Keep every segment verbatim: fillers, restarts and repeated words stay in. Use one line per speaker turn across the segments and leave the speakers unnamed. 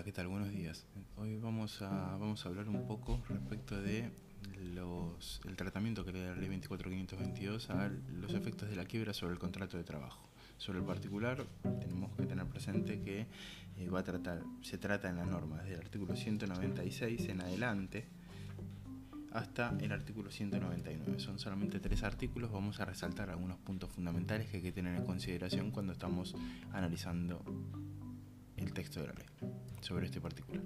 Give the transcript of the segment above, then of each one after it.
¿qué tal? Buenos días. Hoy vamos a, vamos a hablar un poco respecto de los, el tratamiento que le da la ley veinticuatro mil quinientos veintidós a los efectos de la quiebra sobre el contrato de trabajo. Sobre el particular, tenemos que tener presente que eh, va a tratar, se trata en la norma desde el artículo ciento noventa y seis en adelante hasta el artículo ciento noventa y nueve. Son solamente tres artículos. Vamos a resaltar algunos puntos fundamentales que hay que tener en consideración cuando estamos analizando el texto de la ley sobre este particular.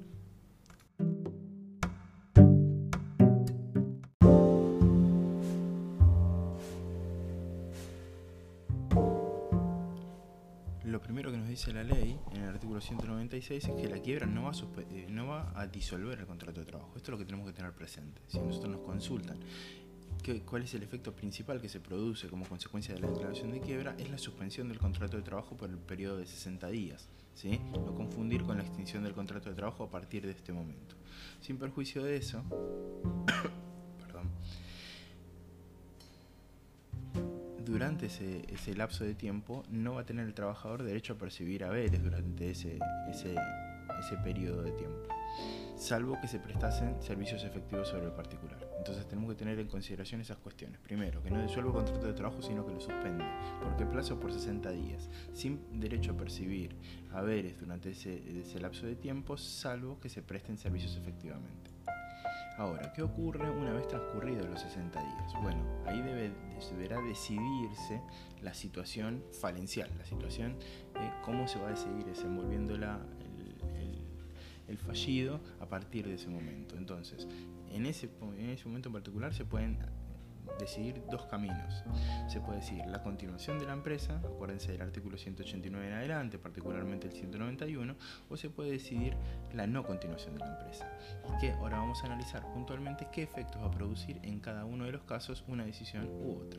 Lo primero que nos dice la ley en el artículo ciento noventa y seis es que la quiebra no va, a eh, no va a disolver el contrato de trabajo. Esto es lo que tenemos que tener presente. Si nosotros nos consultan ¿qué, cuál es el efecto principal que se produce como consecuencia de la declaración de quiebra, es la suspensión del contrato de trabajo por el periodo de sesenta días. ¿Sí? No confundir con la extinción del contrato de trabajo a partir de este momento. Sin perjuicio de eso, perdón, durante ese, ese lapso de tiempo no va a tener el trabajador derecho a percibir haberes durante ese, ese, ese periodo de tiempo, salvo que se prestasen servicios efectivos sobre el particular. Entonces tenemos que tener en consideración esas cuestiones. Primero, que no disuelve el contrato de trabajo, sino que lo suspende. ¿Por qué plazo? Por sesenta días, sin derecho a percibir haberes durante ese, ese lapso de tiempo, salvo que se presten servicios efectivamente. Ahora, ¿qué ocurre una vez transcurridos los sesenta días? Bueno, ahí debe, deberá decidirse la situación falencial, la situación de cómo se va a seguir desenvolviendo la, el, el, el fallido a partir de ese momento. Entonces, en ese, en ese momento en particular se pueden decidir dos caminos. Se puede decidir la continuación de la empresa, acuérdense del artículo ciento ochenta y nueve en adelante, particularmente el ciento noventa y uno, o se puede decidir la no continuación de la empresa. Y que ahora vamos a analizar puntualmente qué efectos va a producir en cada uno de los casos una decisión u otra.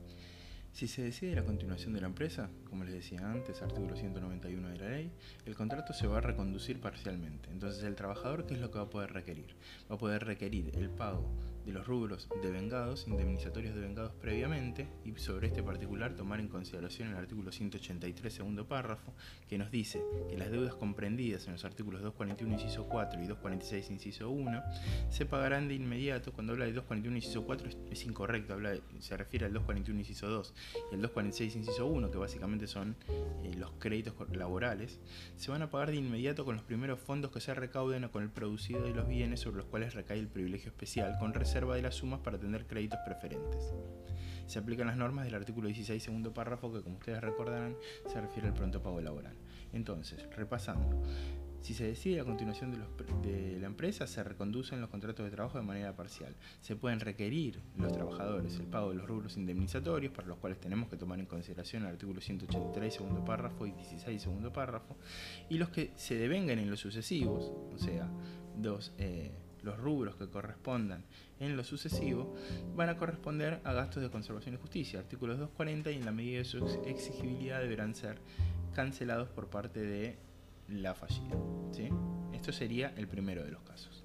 Si se decide la continuación de la empresa, como les decía antes, artículo ciento noventa y uno de la ley, el contrato se va a reconducir parcialmente. Entonces el trabajador, ¿qué es lo que va a poder requerir? Va a poder requerir el pago de los rubros devengados, indemnizatorios devengados previamente, y sobre este particular tomar en consideración el artículo ciento ochenta y tres segundo párrafo, que nos dice que las deudas comprendidas en los artículos doscientos cuarenta y uno inciso cuatro y doscientos cuarenta y seis inciso uno se pagarán de inmediato. Cuando habla de doscientos cuarenta y uno inciso cuatro es, es incorrecto, habla de, se refiere al doscientos cuarenta y uno inciso dos y el doscientos cuarenta y seis inciso uno, que básicamente son eh, los créditos laborales, se van a pagar de inmediato con los primeros fondos que se recauden o con el producido de los bienes sobre los cuales recae el privilegio especial, con reserva de las sumas para atender créditos preferentes. Se aplican las normas del artículo dieciséis segundo párrafo, que como ustedes recordarán se refiere al pronto pago laboral. Entonces, repasando, si se decide la continuación de, los, de la empresa, se reconducen los contratos de trabajo de manera parcial. Se pueden requerir los trabajadores el pago de los rubros indemnizatorios, para los cuales tenemos que tomar en consideración el artículo ciento ochenta y tres segundo párrafo y dieciséis segundo párrafo, y los que se devengan en los sucesivos, o sea, dos, eh, los rubros que correspondan en lo sucesivo, van a corresponder a gastos de conservación y justicia, artículos doscientos cuarenta, y en la medida de su exigibilidad deberán ser cancelados por parte de la fallida, ¿sí? Esto sería el primero de los casos.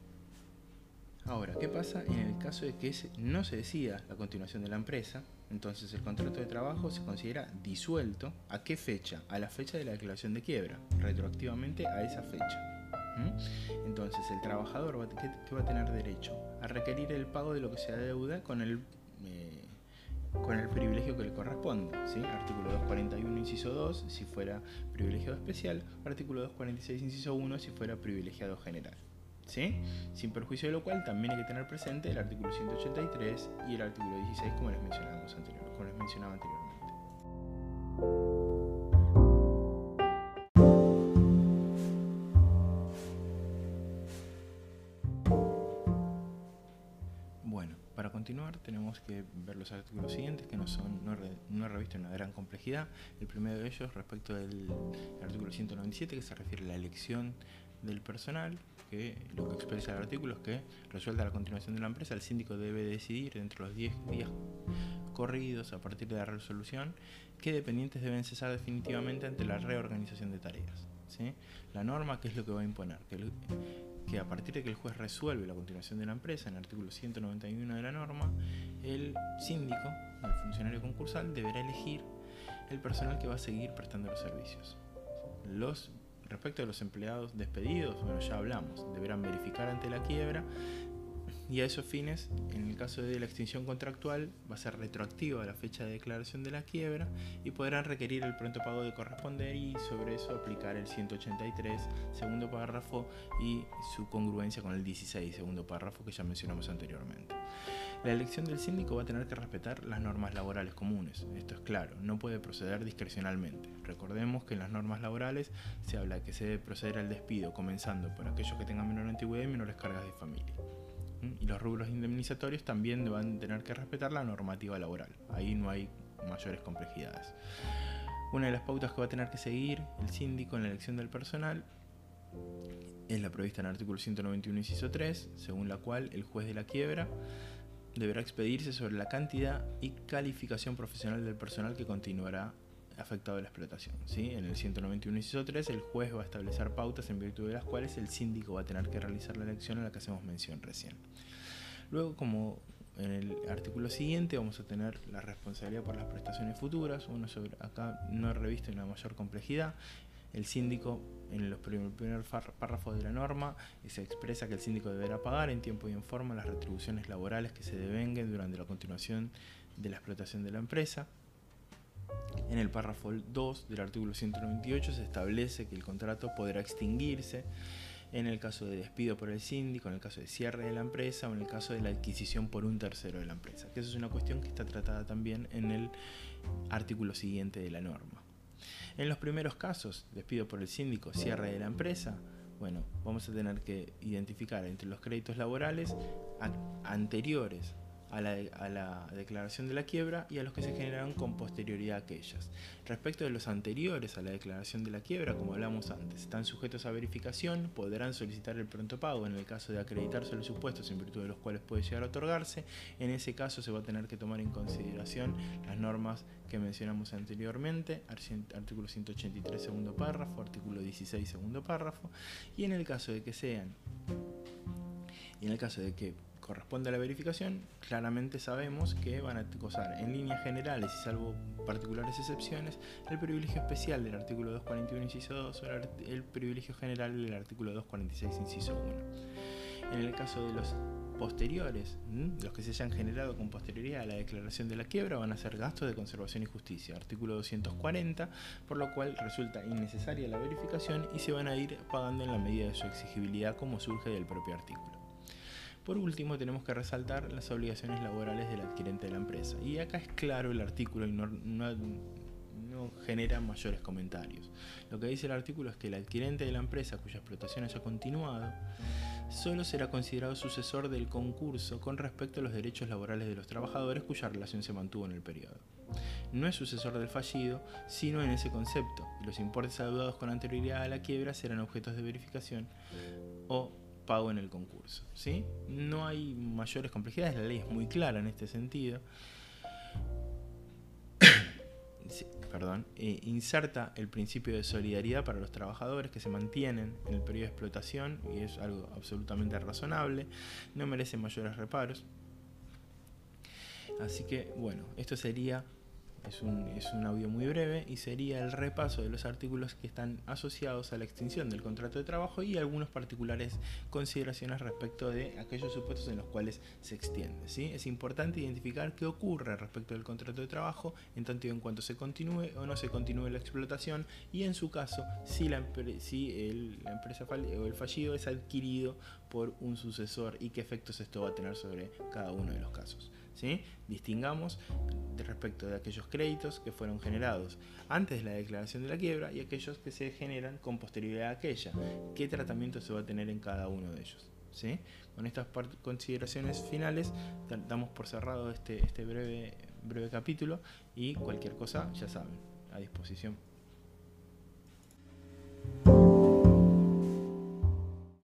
Ahora, ¿qué pasa en el caso de que no se decida la continuación de la empresa? Entonces el contrato de trabajo se considera disuelto. ¿A qué fecha? A la fecha de la declaración de quiebra, retroactivamente a esa fecha. ¿Mm? Entonces el trabajador, va, ¿qué, ¿qué va a tener derecho? A requerir el pago de lo que se adeuda con el... Eh, con el privilegio que le corresponde, ¿sí? Artículo doscientos cuarenta y uno inciso dos si fuera privilegiado especial, artículo doscientos cuarenta y seis inciso uno si fuera privilegiado general, ¿sí? Sin perjuicio de lo cual también hay que tener presente el artículo ciento ochenta y tres y el artículo dieciséis, como les mencionábamos anterior, como les mencionaba anteriormente. Bueno, para continuar tenemos que ver los artículos siguientes, que no son no, re, no revisten una gran complejidad. El primero de ellos respecto del artículo ciento noventa y siete, que se refiere a la elección del personal, que lo que expresa el artículo es que, resuelta la continuación de la empresa, el síndico debe decidir dentro de los diez días corridos a partir de la resolución qué dependientes deben cesar definitivamente ante la reorganización de tareas, ¿sí? La norma, ¿qué es lo que va a imponer? Que el, que a partir de que el juez resuelve la continuación de la empresa, en el artículo ciento noventa y uno de la norma, el síndico, el funcionario concursal, deberá elegir el personal que va a seguir prestando los servicios. Los Respecto a los empleados despedidos, bueno, ya hablamos, deberán verificar ante la quiebra y a esos fines, en el caso de la extinción contractual, va a ser retroactiva a la fecha de declaración de la quiebra y podrán requerir el pronto pago de corresponder y sobre eso aplicar el ciento ochenta y tres, segundo párrafo, y su congruencia con el dieciséis, segundo párrafo, que ya mencionamos anteriormente. La elección del síndico va a tener que respetar las normas laborales comunes, esto es claro, no puede proceder discrecionalmente. Recordemos que en las normas laborales se habla de que se debe proceder al despido, comenzando por aquellos que tengan menor antigüedad y menores cargas de familia. Y los rubros indemnizatorios también van a tener que respetar la normativa laboral, ahí no hay mayores complejidades. Una de las pautas que va a tener que seguir el síndico en la elección del personal es la prevista en el artículo ciento noventa y uno, inciso tres, según la cual el juez de la quiebra deberá expedirse sobre la cantidad y calificación profesional del personal que continuará afectado de la explotación, ¿sí? En el ciento noventa y uno, inciso tres, el juez va a establecer pautas en virtud de las cuales el síndico va a tener que realizar la elección a la que hacemos mención recién. Luego, como en el artículo siguiente, vamos a tener la responsabilidad por las prestaciones futuras. Uno sobre, acá no he revisto una mayor complejidad. El síndico, en el primer, primer párrafo de la norma, se expresa que el síndico deberá pagar en tiempo y en forma las retribuciones laborales que se devenguen durante la continuación de la explotación de la empresa. En el párrafo dos del artículo ciento noventa y ocho se establece que el contrato podrá extinguirse en el caso de despido por el síndico, en el caso de cierre de la empresa o en el caso de la adquisición por un tercero de la empresa, que eso es una cuestión que está tratada también en el artículo siguiente de la norma. En los primeros casos, despido por el síndico, cierre de la empresa, bueno, vamos a tener que identificar entre los créditos laborales anteriores A la, a la declaración de la quiebra y a los que se generaron con posterioridad a aquellas. Respecto de los anteriores a la declaración de la quiebra, como hablamos antes, están sujetos a verificación, podrán solicitar el pronto pago en el caso de acreditarse los supuestos en virtud de los cuales puede llegar a otorgarse. En ese caso se va a tener que tomar en consideración las normas que mencionamos anteriormente, artículo ciento ochenta y tres, segundo párrafo, artículo dieciséis, segundo párrafo, y en el caso de que sean, y en el caso de que corresponde a la verificación, claramente sabemos que van a gozar en líneas generales y salvo particulares excepciones el privilegio especial del artículo doscientos cuarenta y uno, inciso dos, o el privilegio general del artículo doscientos cuarenta y seis, inciso uno. En el caso de los posteriores, los que se hayan generado con posterioridad a la declaración de la quiebra, van a ser gastos de conservación y justicia, artículo doscientos cuarenta, por lo cual resulta innecesaria la verificación y se van a ir pagando en la medida de su exigibilidad como surge del propio artículo. Por último, tenemos que resaltar las obligaciones laborales del adquirente de la empresa. Y acá es claro el artículo y no, no, no genera mayores comentarios. Lo que dice el artículo es que el adquirente de la empresa cuya explotación haya continuado solo será considerado sucesor del concurso con respecto a los derechos laborales de los trabajadores cuya relación se mantuvo en el periodo. No es sucesor del fallido, sino en ese concepto, y los importes adeudados con anterioridad a la quiebra serán objetos de verificación o pago en el concurso, ¿sí? No hay mayores complejidades, la ley es muy clara en este sentido. Sí, perdón, eh, inserta el principio de solidaridad para los trabajadores que se mantienen en el periodo de explotación y es algo absolutamente razonable, no merece mayores reparos. Así que, bueno, esto sería, es un, es un audio muy breve y sería el repaso de los artículos que están asociados a la extinción del contrato de trabajo y algunas particulares consideraciones respecto de aquellos supuestos en los cuales se extiende, ¿sí? Es importante identificar qué ocurre respecto del contrato de trabajo en tanto y en cuanto se continúe o no se continúe la explotación y en su caso si la, si el, la empresa o el fallido es adquirido por un sucesor y qué efectos esto va a tener sobre cada uno de los casos, ¿sí? Distingamos de respecto de aquellos créditos que fueron generados antes de la declaración de la quiebra y aquellos que se generan con posterioridad a aquella. ¿Qué tratamiento se va a tener en cada uno de ellos? ¿Sí? Con estas consideraciones finales damos por cerrado este, este breve, breve capítulo y cualquier cosa ya saben, a disposición.